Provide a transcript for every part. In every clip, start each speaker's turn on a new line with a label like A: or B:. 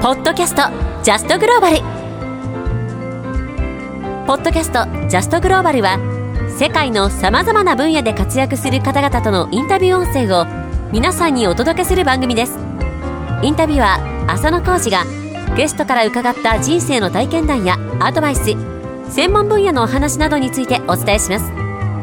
A: ポッドキャストジャストグローバル。ポッドキャストジャストグローバルは世界のさまざまな分野で活躍する方々とのインタビュー音声を皆さんにお届けする番組です。インタビュアー浅野浩二がゲストから伺った人生の体験談やアドバイス、専門分野のお話などについてお伝えします。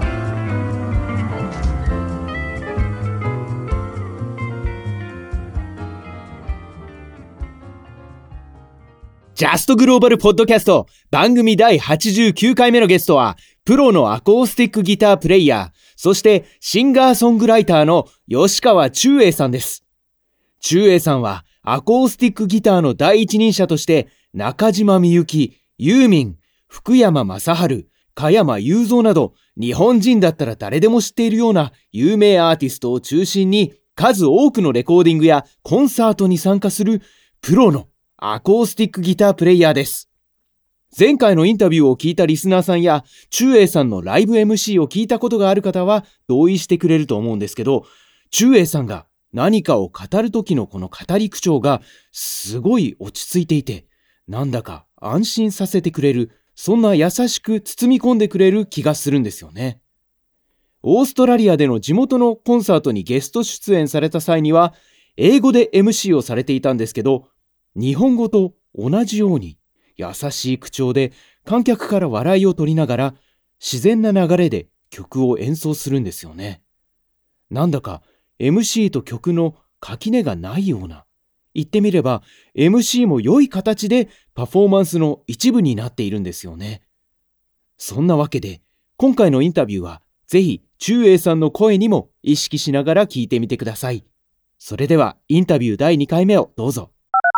B: ジャストグローバルポッドキャスト番組第89回目のゲストはプロのアコースティックギタープレイヤー、そしてシンガーソングライターの吉川忠英さんです。忠英さんはアコースティックギターの第一人者として中島みゆき、ユーミン、福山雅治、加山雄三など日本人だったら誰でも知っているような有名アーティストを中心に数多くのレコーディングやコンサートに参加するプロのアコースティックギタープレイヤーです。前回のインタビューを聞いたリスナーさんや忠英さんのライブ MC を聞いたことがある方は同意してくれると思うんですけど、忠英さんが何かを語る時のこの語り口調がすごい落ち着いていて、なんだか安心させてくれる、そんな優しく包み込んでくれる気がするんですよね。オーストラリアでの地元のコンサートにゲスト出演された際には英語で MC をされていたんですけど、日本語と同じように優しい口調で観客から笑いを取りながら自然な流れで曲を演奏するんですよね。なんだか MC と曲の垣根がないような、言ってみれば MC も良い形でパフォーマンスの一部になっているんですよね。そんなわけで今回のインタビューはぜひ忠英さんの声にも意識しながら聞いてみてください。それではインタビュー第2回目をどうぞ。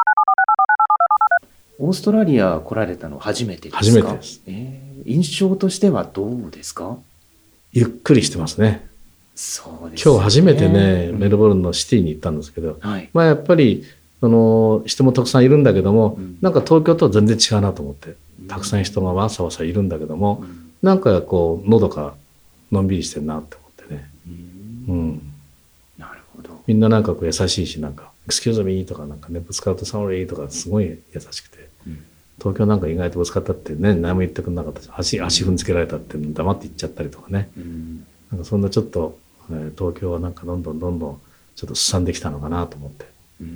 B: オーストラリア来られたの初めてですか？
C: 初めてです。
B: 印象としてはどうですか？
C: ゆっくりしてますね。
B: そうですね。
C: 今日初めてね、メルボルンのシティに行ったんですけど、
B: はい、
C: まあやっぱり人もたくさんいるんだけども、なんか東京とは全然違うなと思って、たくさん人がわさわさいるんだけども、なんかこうのどかのんびりしてるなって思ってね。
B: なるほど。
C: みんななんかこう優しいし、なんかExcuse me とかなんかね、ぶつかると Sorry とかすごい優しくて、東京なんか意外とぶつかったってね、何も言ってくれなかったし、足踏んつけられたって黙って行っちゃったりとかね、なんかそんなちょっと、東京はなんかどんどんちょっとすさんできたのかなと思って。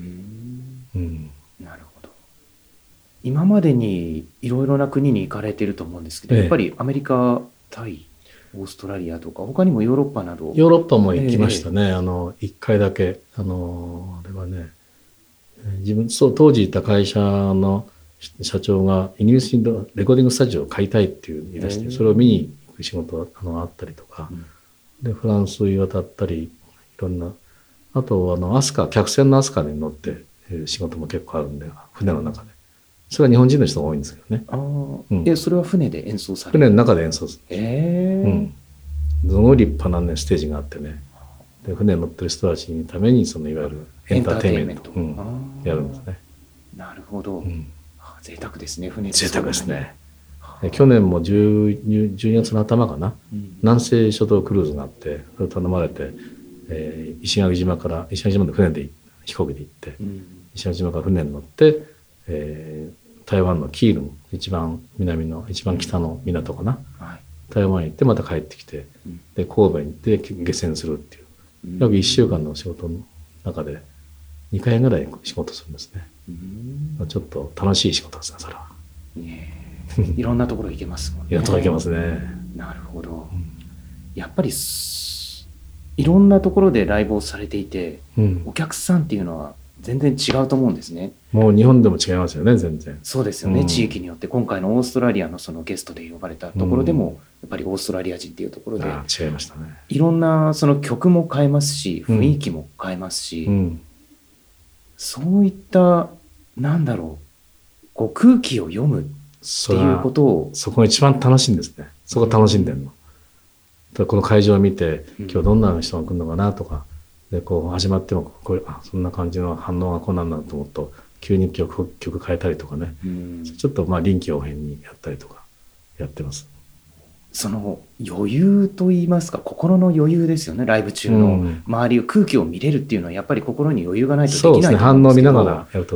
B: なるほど。今までにいろいろな国に行かれていると思うんですけど、やっぱりアメリカ、タイ、オーストラリアとか他にもヨーロッパなど。
C: ヨーロッパも行きましたね。1回だけあれはね、当時いた会社の社長がイギリスにレコーディングスタジオを買いたいって言い出して、それを見に行く仕事があったりとか、でフランスに渡ったり、いろんな、あと客船のアスカに乗って仕事も結構あるんで、船の中で。それは日本人の人が多いんですけどね。
B: それは船で演奏される？
C: 船の中で演奏する。すごい立派なねステージがあってね。で船に乗ってる人たちのためにいわゆるエンターテインメントやるんですね。
B: なるほど。贅沢ですね、船で。
C: 贅沢ですね。去年も12月の頭かな、南西諸島クルーズがあって、それ頼まれて、石垣島で船で飛行機で行って、石垣島から船に乗って、台湾のキールン、一番南の一番北の港かな、台湾に行ってまた帰ってきて、で神戸に行って下船するっていう、約1週間の仕事の中で2回ぐらい仕事するんですね。ちょっと楽しい仕事ですね、それは。
B: いろんなところ行けますもんね。
C: いろんなところ行けますね。
B: なるほど。やっぱりいろんなところでライブをされていて、お客さんっていうのは全然違うと思うんですね。
C: もう日本でも違いますよね、全然。
B: そうですよね、地域によって。今回のオーストラリアのそのゲストで呼ばれたところでも、やっぱりオーストラリア人っていうところで
C: 違いましたね。
B: いろんなその曲も変えますし、雰囲気も変えますし、そういったなんだろう、こう空気を読むっていうことを、
C: そこが一番楽しいんですね。そこ楽しんでるの。この会場を見て、今日どんな人が来るのかなとか、でこう始まってもそんな感じの反応がこんなんだと思うと、急に曲変えたりとかね、ちょっと臨機応変にやったりとかやってます。
B: その余裕といいますか、心の余裕ですよね。ライブ中の周りを空気を見れるっていうのはやっぱり心に余裕がないとできないと思うんですけど。
C: そうですね、反応を見ながらやるとね。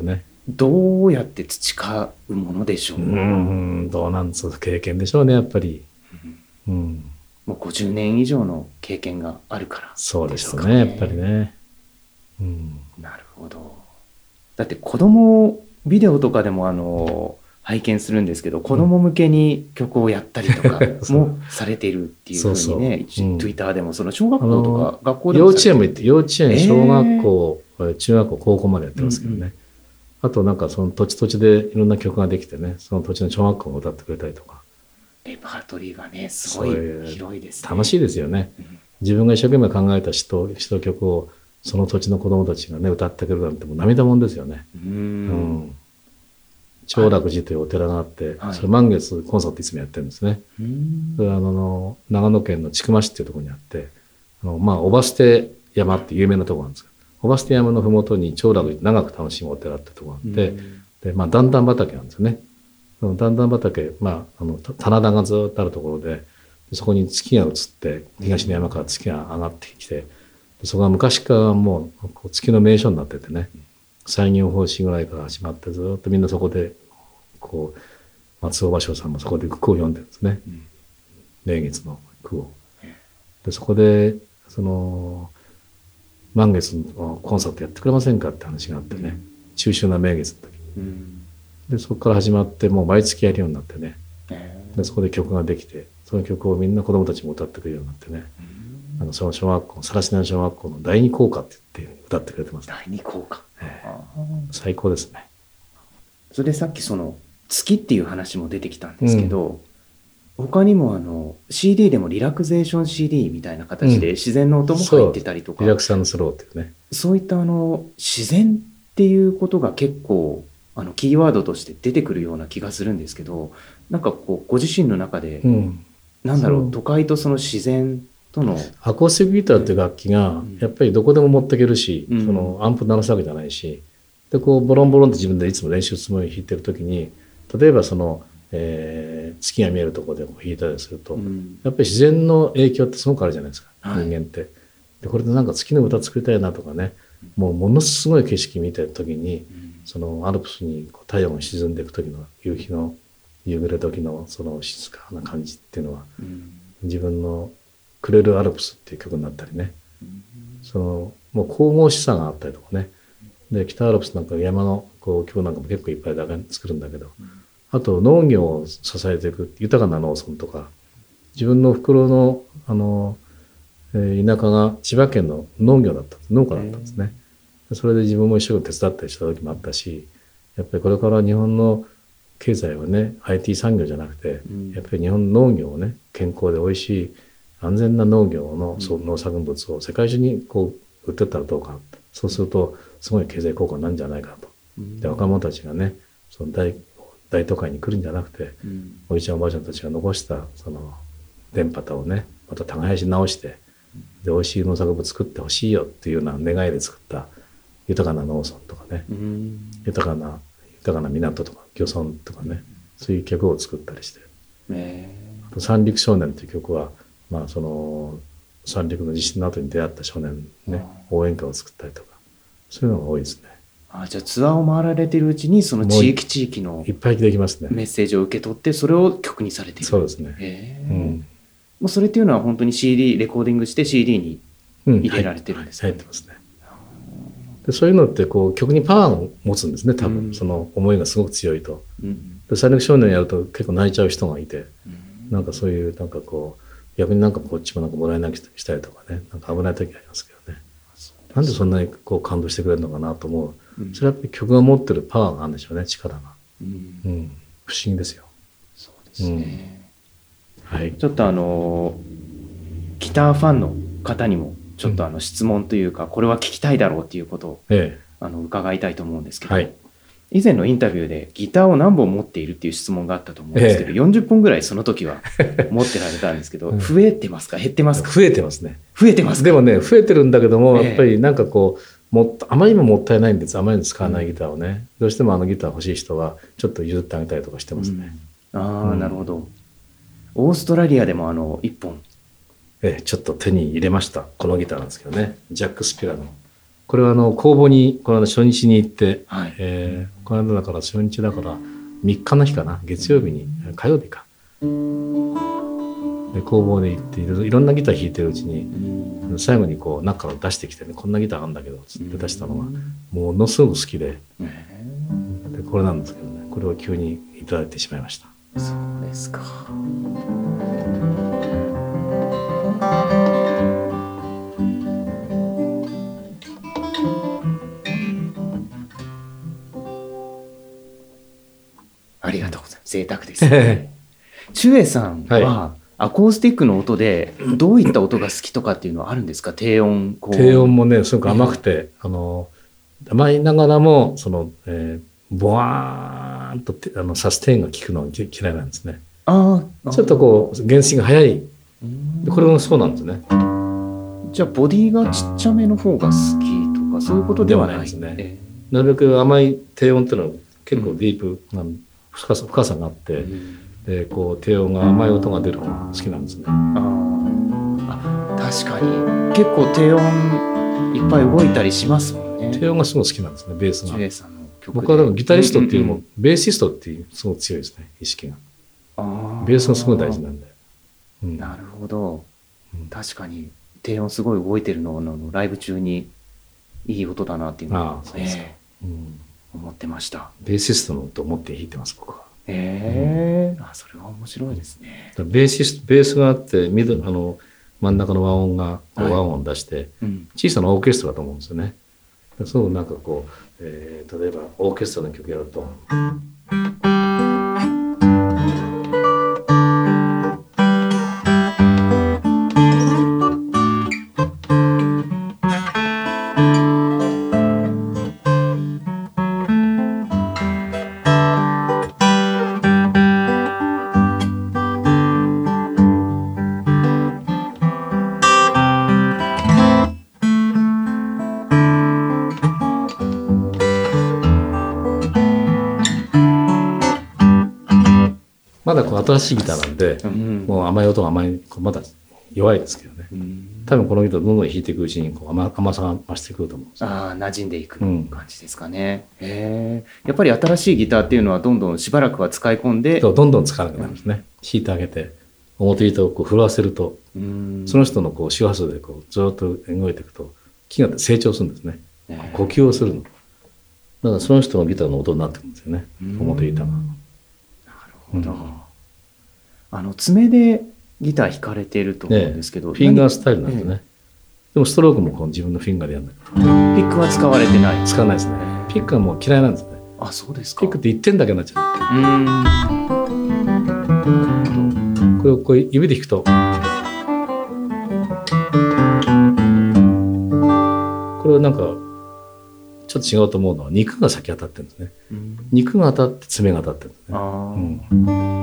B: どうやって培うものでしょう。
C: どうなんですか、経験でしょうね、やっぱり。
B: もう50年以上の経験があるから
C: そうですね、やっぱりね。
B: なるほど。だって子供ビデオとかでも拝見するんですけど、子供向けに曲をやったりとかもされているっていうふうにね、Twitter でもその小学校とか学校でも
C: 幼稚園も行って、幼稚園、小学校、中学校、高校までやってますけどね。あとなんかその土地土地でいろんな曲ができてね、その土地の小学校が歌ってくれたりとか。
B: レパートリーがね、すごい広いですね。
C: 楽しいですよね。自分が一生懸命考えた詩と曲をその土地の子供たちがね、歌ってくれるなんてもう涙もんですよね。長楽寺というお寺があって、それ満月コンサートいつもやってるんですね。それは長野県の千曲市っていうところにあって、尾鷲山って有名なところなんですけど、尾鷲山のふもとに長楽寺長く楽しむお寺ってところがあって、で、段々畑なんですよね。その段々畑、棚田がずっとあるところで、そこに月が映って、東の山から月が上がってきて、そこが昔からもう月の名所になっててね、西行法師ぐらいから始まってずっとみんなそこで松尾芭蕉さんもそこで句を読んでるんですね、名月の句を。でそこで満月のコンサートやってくれませんかって話があってね、中秋の名月の時に、でそこから始まってもう毎月やるようになってね、でそこで曲ができて、その曲をみんな子供たちも歌ってくれるようになってね、その小学校、更科小学校の第二校歌って言って歌ってくれてます。
B: 第二校歌。
C: 最高ですね。
B: それでさっき月っていう話も出てきたんですけど、他にもCD でもリラクゼーション CD みたいな形で自然の音も入ってたりとか、
C: リラクサンスローっていうね。
B: そういった自然っていうことが結構キーワードとして出てくるような気がするんですけど、なんかご自身の中で、都会とその自然との
C: アコースティックギターっていう楽器がやっぱりどこでも持っていけるし、アンプ鳴らすわけじゃないし、でボロンボロンって自分でいつも練習つもりに弾いてる時に、例えば月が見えるところで弾いたりすると、やっぱり自然の影響ってすごくあるじゃないですか、人間って。でこれでなんか月の歌作りたいなとかね、ものすごい景色見てる時に、アルプスに太陽が沈んでいく時の夕日の夕暮れ時の静かな感じっていうのは、自分の「くれるアルプス」っていう曲になったりね、もう神々しさがあったりとかね、で北アルプスなんか山の曲なんかも結構いっぱい作るんだけど、あと農業を支えていく豊かな農村とか、自分のおふくろの田舎が千葉県の農家だったんですね。それで自分も一生懸命手伝ったりした時もあったし、やっぱりこれから日本の経済はね IT 産業じゃなくて、やっぱり日本の農業をね、健康で美味しい安全な農業の農作物を世界中に売ってったらどうか、そうするとすごい経済効果になるんじゃないかと。で若者たちがね、大都会に来るんじゃなくて、おじいちゃんおばあちゃんたちが残した田畑をね、また耕し直して、で美味しい農作物作ってほしいよっていうような願いで作った豊かな農村とかね、豊かな港とか漁村とかね、そういう曲を作ったりして、あと三陸少年という曲は、三陸の地震の後に出会った少年ね、応援歌を作ったりとか、そういうのが多いですね。
B: じゃあツアーを回られているうちにその地域の
C: いっぱいできますね。
B: メッセージを受け取って、それを曲にされている。
C: そうですね。
B: もうそれっていうのは本当に CD レコーディングして CD に入れられてるんですか？
C: 入ってますね。でそういうのって曲にパワーを持つんですね、多分、その思いがすごく強いと。で三陸少年やると結構泣いちゃう人がいて、なんかそういう逆になんかこっちもなんかもらい泣きしたりとかね、なんか危ない時ありますけどね。なんでそんなに感動してくれるのかなと思う。それはやっぱり曲が持ってるパワーがあるんでしょうね、力が。不思議ですよ。
B: そうですね。
C: はい。
B: ちょっとギターファンの方にもちょっと質問というか、これは聞きたいだろうっていうことを、伺いたいと思うんですけど、以前のインタビューでギターを何本持っているっていう質問があったと思うんですけど、40本ぐらいその時は持ってられたんですけど、増えてますか減ってますか？
C: 増えてますね。
B: 増えてますか？
C: でもね、増えてるんだけども、やっぱりなんかあまりにももったいないんです。あまりに使わないギターをね、どうしてもギター欲しい人はちょっと譲ってあげたりとかしてますね。
B: なるほど。オーストラリアでも1本
C: ちょっと手に入れました。このギターなんですけどね、ジャック・スピラのこれは工房にこの間初日に行って、
B: はい、
C: この間だから初日だから3日の日かな、月曜日に、火曜日かで工房で行っていろんなギター弾いてるうちに、最後にこう中から出してきてね、こんなギターあるんだけどつって出したのがものすごく好きで、でこれなんですけどね、これを急にいただいてしまいました。
B: そうですか。ありがとうございます。贅沢ですね。ちゅうえいさんはアコースティックの音でどういった音が好きとかっていうのはあるんですか？低音、高音。
C: 低音もねすごく甘くて、甘いながらもボワーンとサステインが効くのが嫌いなんですね。ちょっとこう原子が速い。これもそうなんですね。
B: じゃあボディがちっちゃめの方が好きとかそういうことではない
C: ですね。なるべく甘い低音っていうのは結構ディープな深さがあって、でこう低音が甘い音が出るのが好きなんですね。
B: 確かに結構低音いっぱい動いたりしますもんね。
C: 低音がすごい好きなんですね、ベースが。
B: 僕
C: はでもギタリストっていうよりもベーシストっていうすごく強いですね、意識が。ベースがすごい大事なんで。
B: なるほど、確かに低音すごい動いてるのライブ中にいい音だなっていうのを思ってました。
C: ベーシストの音を持って弾いてます、僕は。
B: それは面白いですね。
C: ベースがあって真ん中の和音が和音を出して、小さなオーケストラだと思うんですよね。そうなんかこう、例えばオーケストラの曲やると。まだこう新しいギターなんで、もう甘い音がまだ弱いですけどね。多分このギターどんどん弾いていくうちにこう甘さが増してくると思うんです。
B: 馴染んでいく感じですかね。やっぱり新しいギターっていうのはどんどんしばらくは使い込んで、
C: どんどん使わなくなるんですね。弾いてあげて表糸をこう震わせると、その人のこう周波数でこうずっと動いていくと木が成長するんですね。呼吸をするの。だからその人のギターの音になってくるんですよね、表糸が。
B: なるほど。爪でギター弾かれていると思うんですけど、
C: フィンガースタイルなんですね。でもストロークもこう自分のフィンガーでやるんだけど、
B: ピックは使われてない？
C: 使わないですね。ピックはもう嫌いなんですね。
B: そうですか。
C: ピックって1点だけになっちゃう。これをこう指で弾くと、これはなんかちょっと違うと思うのは肉が先当たってるんですね。肉が当たって爪が当たってるんですね。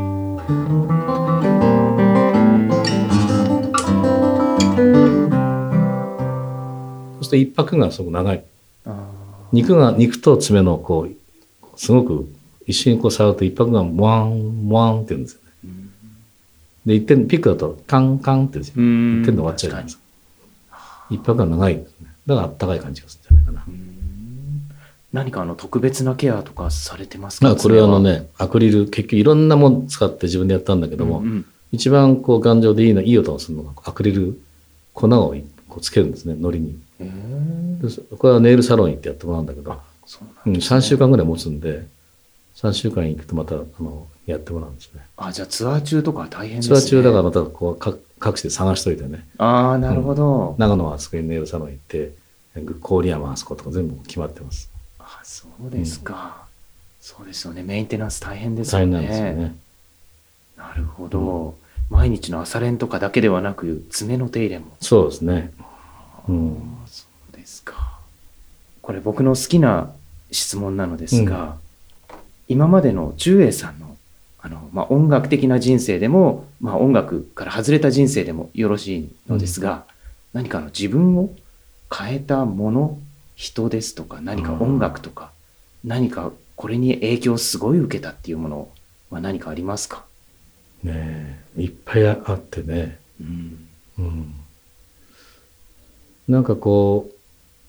C: そうすると一拍がすごく長い。肉と爪のこうすごく一緒にこう触ると一拍がワンワンって言うんですよね。で一点ピックだとカンカンって一点で終わっちゃうんです。一拍が長いんですね。だからあったかい感じがするんじゃないかな。
B: 何か特別なケアとかされてますか？
C: これはアクリル結局いろんなもの使って自分でやったんだけども、一番こう頑丈でいい音がするのがアクリル粉をこうつけるんですね、糊に。これはネイルサロン行ってやってもらうんだけど、3週間ぐらい持つんで、3週間行くとまたやってもらうんですね。
B: じゃあツアー中とか大変ですね。
C: ツアー中だからまたこう各地で探しといてね。
B: なるほど。
C: 長野はあそこにネイルサロン行って、郡山あそことか全部決まってます。
B: そうですか。そうですよね。メンテナンス大変ですよね。
C: 大変なんですよね。
B: なるほど。毎日の朝練とかだけではなく爪の手入れも。
C: そうですね。
B: そうですか。これ僕の好きな質問なのですが、今までのちゅうえいさんの音楽的な人生でも、音楽から外れた人生でもよろしいのですが、何か自分を変えたもの、人ですとか何か音楽とか、何かこれに影響をすごい受けたっていうものは何かありますか？
C: いっぱいあってね。なんかこう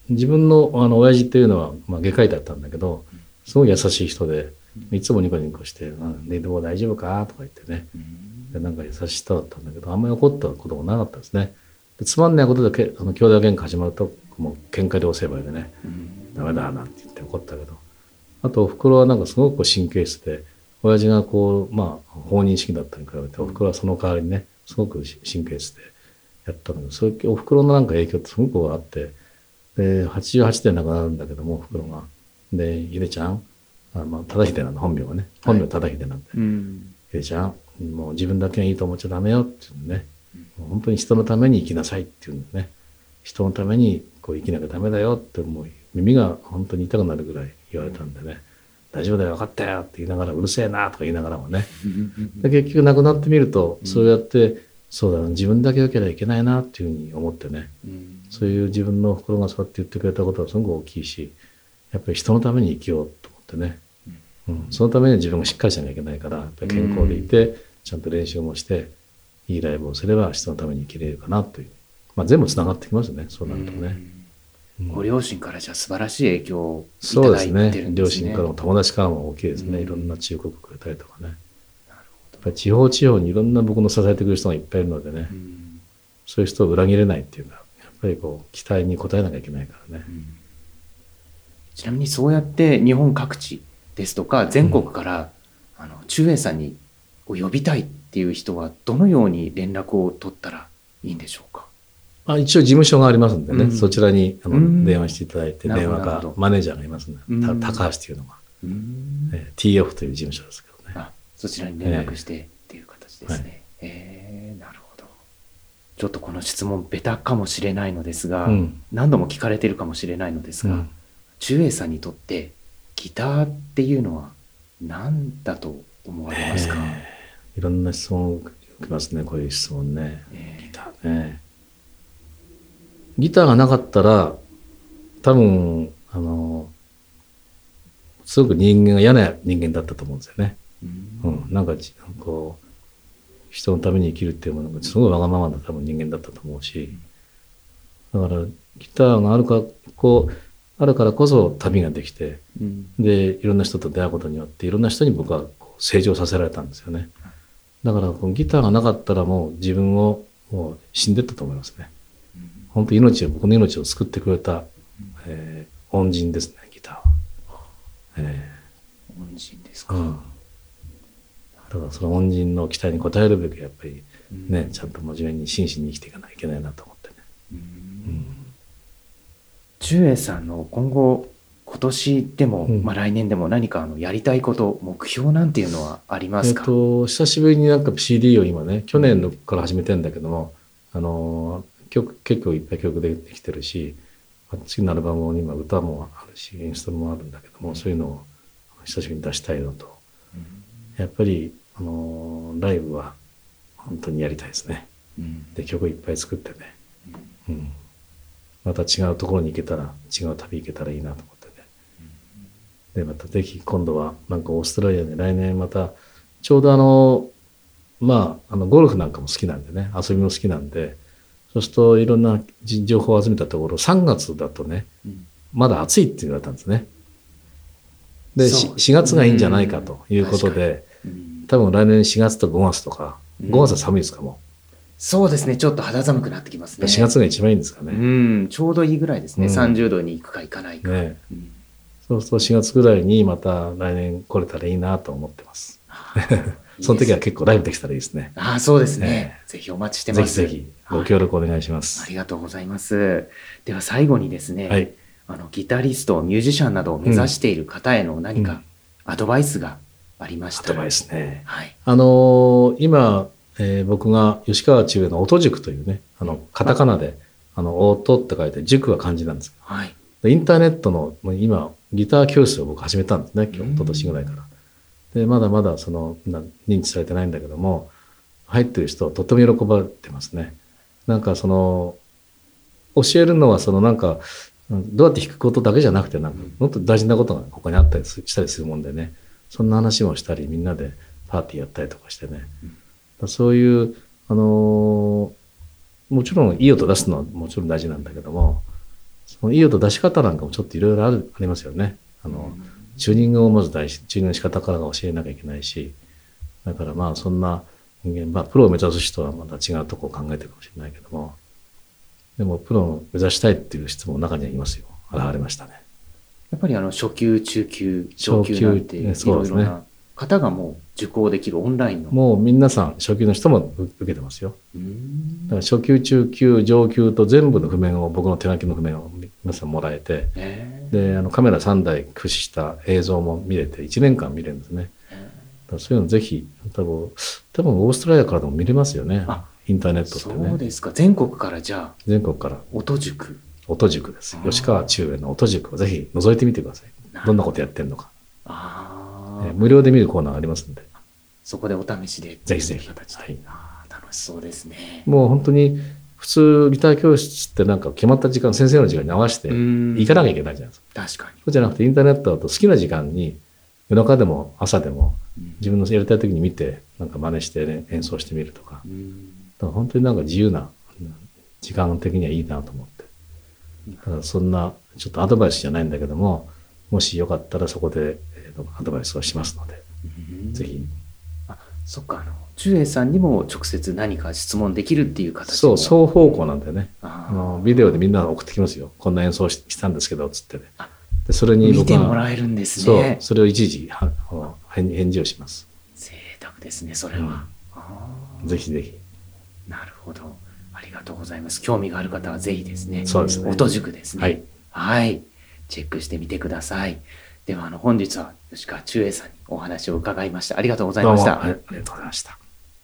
C: 自分の親父っていうのは、外科医だったんだけど、すごい優しい人で、いつもニコニコして「でも大丈夫か?」とか言ってね、でなんか優しい人だったんだけど、あんまり怒ったこともなかったですね。でつまんないことで兄弟喧嘩始まるともう喧嘩でおせばいでね、ダメだなんて言って怒ったけど、あとおふくろはなんかすごく神経質で、親父がこう放任主義だったに比べておふくろはその代わりにねすごく神経質でやったので、そういうおふくろのなんか影響ってすごくあって、で88で亡くなるんだけどもおふくろが、で「ひでちゃん」忠秀なんだ、本名はね、本名忠秀なんで「ひでちゃんもう自分だけがいいと思っちゃダメよ」っていうのね、本当に人のために生きなさいっていうんでね、人のためにこう生きなきゃダメだよって、もう耳が本当に痛くなるぐらい言われたんでね、大丈夫だよ分かったよって言いながら、うるせえなとか言いながらもね、で結局亡くなってみるとそうやって、そうだな、自分だけ良ければいけないなっていうふうに思ってね、そういう自分の心がそうやって言ってくれたことはすごく大きいし、やっぱり人のために生きようと思ってね、そのためには自分がしっかりしなきゃいけないから、やっぱり健康でいてちゃんと練習もしていいライブをすれば人のために生きれるかなという、全部つながってきますね、そうなるとね。
D: ご両親からじゃあ素晴らしい影響をいた
C: そうです
D: だいてるんですね。
C: ね、両親からも友達からも大きいですね、いろんな忠告くれたりとかね。やっぱり地方地方にいろんな僕の支えてくれる人がいっぱいいるのでね、そういう人を裏切れないっていうか、やっぱりこう期待に応えなきゃいけないからね。
D: ちなみにそうやって日本各地ですとか全国から忠英さんにを呼びたいっていう人はどのように連絡を取ったらいいんでしょうか。
C: 一応事務所がありますんでね、
D: うん
C: そちらに電話していただいて、
D: なる
C: 電話
D: ほどなるほど
C: がマネージャーがいますね、高橋っていうのが、TF という事務所ですけどね。
D: そちらに連絡してっていう形ですね。なるほど。ちょっとこの質問ベタかもしれないのですが、何度も聞かれてるかもしれないのですが、忠英さんにとってギターっていうのは何だと思われますか。
C: いろんな質問を受けますね、こういう質問ね。ギターね。ギターがなかったら多分すごく人間が嫌な人間だったと思うんですよね。なんかこう人のために生きるっていうものがすごいわがままな多分人間だったと思うし、だからギターがあるからこそ旅ができて、でいろんな人と出会うことによっていろんな人に僕は成長させられたんですよね。だからこのギターがなかったらもう自分をもう死んでったと思いますね。本当僕の命を救ってくれた、恩人ですね、ギターは。
D: 恩人ですか。
C: だからその恩人の期待に応えるべくやっぱりね、ちゃんと真面目に真摯に生きていかなきゃいけないなと思ってね。
D: 忠英さんの今年でも、来年でも何かやりたいこと目標なんていうのはありますか。
C: 久しぶりになんか CD を今ね、去年のから始めてんだけども、結構いっぱい曲できてるし、次のアルバムに今歌もあるしインストもあるんだけども、そういうのを久しぶりに出したいのと、やっぱりライブは本当にやりたいですね。で曲いっぱい作ってね、また違うところに行けたら、違う旅行けたらいいなと思ってね。でまたぜひ今度はなんかオーストラリアで来年またちょうどゴルフなんかも好きなんでね、遊びも好きなんで、そうするといろんな情報を集めたところ、3月だとね、まだ暑いって言われたんですね。で、4月がいいんじゃないかということで、多分来年4月と5月とか、5月は寒いですかも。
D: そうですね、ちょっと肌寒くなってきますね。
C: 4月が一番いいんですかね。
D: ちょうどいいぐらいですね、30度に行くか行かないか。
C: そうすると4月ぐらいにまた来年来れたらいいなと思ってます。その時は結構ライブできたらいいですね。
D: そうですね。ぜひお待ちしてます。
C: ぜひご協力お願いします。
D: ありがとうございます。では最後にですね、ギタリスト、ミュージシャンなどを目指している方への何かアドバイスがありましたら。
C: アドバイスね。今、僕が吉川忠英の音塾というね、カタカナで音って書いて塾は漢字なんです。インターネットの今ギター教室を僕始めたんですね、一昨年ぐらいから。でまだまだ認知されてないんだけども、入ってる人はとっても喜ばれてますね。なんか教えるのはなんかどうやって弾くことだけじゃなくて、なんかもっと大事なことが他にあったりしたりするもんでね、そんな話もしたり、みんなでパーティーやったりとかしてね、そういうもちろんいい音出すのはもちろん大事なんだけども、 そのいい音出し方なんかもちょっといろいろありますよね。チューニングをまず大事、チューニングの仕方から教えなきゃいけないし、だからまあそんな人間、プロを目指す人はまた違うところを考えてるかもしれないけども、でもプロを目指したいっていう質問の中にはいますよ。現れましたね。
D: やっぱり初級、中級、上級なんていろいろな方がもう受講できるオンラインの。
C: もう皆さん初級の人も受けてますよ。だから初級、中級、上級と全部の譜面を、僕の手書きの譜面を皆さんもらえて、でカメラ3台駆使した映像も見れて1年間見れるんですね。そういうのぜひ多分オーストラリアからでも見れますよね。インターネットってね。
D: そうですか。全国からじゃあ。
C: 全国から。
D: 音塾
C: です。吉川中英の音塾をぜひ覗いてみてください。どんなことやってるのか。無料で見るコーナーありますので。
D: そこでお試しで。
C: ぜひぜひ。
D: 楽しそうですね。
C: もう本当に普通ギター教室ってなんか決まった時間、先生の時間に合わせて行かなきゃいけないじゃないですか。
D: 確かに。
C: そうじゃなくてインターネットだと好きな時間に夜中でも朝でも自分のやりたい時に見てなんか真似して、ね、演奏してみるとか。だから本当になんか自由な時間的にはいいなと思って。だからそんなちょっとアドバイスじゃないんだけども、もしよかったらそこでアドバイスをしますので、ぜひ。
D: そっか、中英さんにも直接何か質問できるっていう形。
C: そう、双方向なんだよね。ビデオでみんな送ってきますよ。こんな演奏したんですけどつってね。でそれに
D: 見てもらえるんですね。
C: そう、それを一時返事をします。
D: 贅沢ですね、それは。
C: ぜひぜひ。
D: なるほど。ありがとうございます。興味がある方はぜひですね。
C: そうですね。
D: 音塾ですね。
C: はい。
D: はい。チェックしてみてください。では本日は吉川中英さんにお話を伺いました。ありがとうございました。
C: ありがとうございました。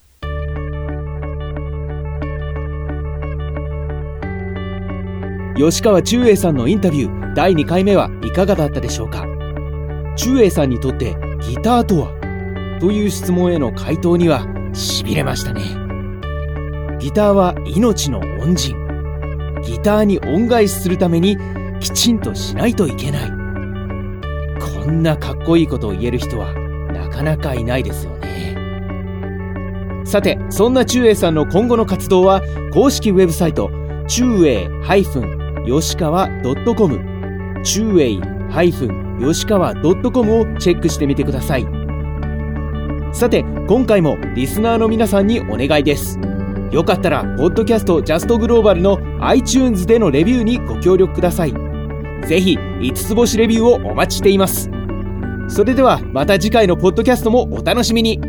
B: 吉川中英さんのインタビュー第2回目はいかがだったでしょうか。中英さんにとってギターとはという質問への回答には痺れましたね。ギターは命の恩人。ギターに恩返しするためにきちんとしないといけない。こんなかっこいいことを言える人はなかなかいないですよね。さて、そんな中英さんの今後の活動は公式ウェブサイト中英吉川 .com 中英吉川 .com をチェックしてみてください。さて、今回もリスナーの皆さんにお願いです。よかったらポッドキャストジャストグローバルの iTunes でのレビューにご協力ください。ぜひ5つ星レビューをお待ちしています。それではまた次回のポッドキャストもお楽しみに。
E: 日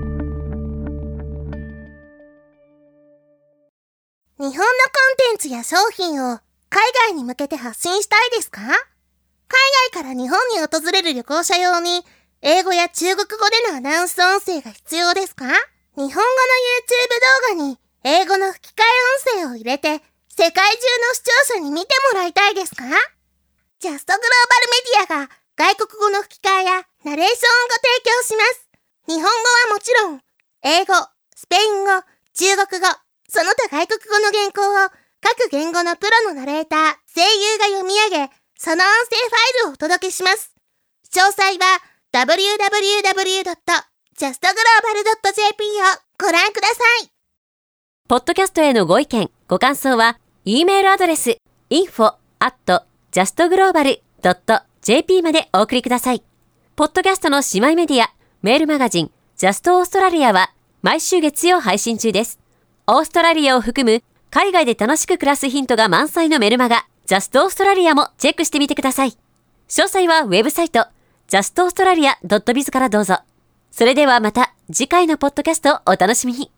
E: 本のコンテンツや商品を海外に向けて発信したいですか？海外から日本に訪れる旅行者用に英語や中国語でのアナウンス音声が必要ですか？日本語の YouTube 動画に英語の吹き替え音声を入れて世界中の視聴者に見てもらいたいですか？ジャストグローバルメディアが外国語の吹き替えやナレーションをご提供します。日本語はもちろん、英語、スペイン語、中国語、その他外国語の原稿を各言語のプロのナレーター、声優が読み上げ、その音声ファイルをお届けします。詳細は www.justglobal.jp をご覧ください。
A: ポッドキャストへのご意見、ご感想は、E メールアドレス info@justglobal.jp までお送りください。ポッドキャストの姉妹メディア、メールマガジン、ジャストオーストラリアは毎週月曜配信中です。オーストラリアを含む海外で楽しく暮らすヒントが満載のメルマガ、ジャストオーストラリアもチェックしてみてください。詳細はウェブサイト、justaustralia.biz からどうぞ。それではまた次回のポッドキャストをお楽しみに。